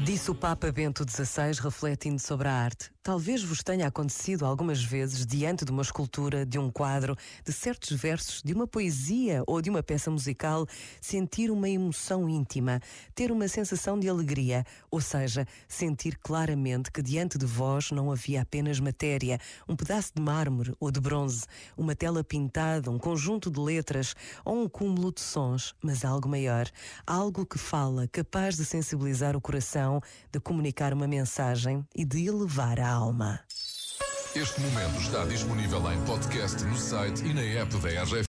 Disse o Papa Bento XVI refletindo sobre a arte. Talvez vos tenha acontecido algumas vezes, diante de uma escultura, de um quadro, de certos versos, de uma poesia ou de uma peça musical, sentir uma emoção íntima, ter uma sensação de alegria, ou seja, sentir claramente que diante de vós não havia apenas matéria, um pedaço de mármore ou de bronze, uma tela pintada, um conjunto de letras ou um cúmulo de sons, mas algo maior, algo que fala, capaz de sensibilizar o coração, de comunicar uma mensagem e de elevar a alma. Este momento está disponível em podcast no site e na app da RGF.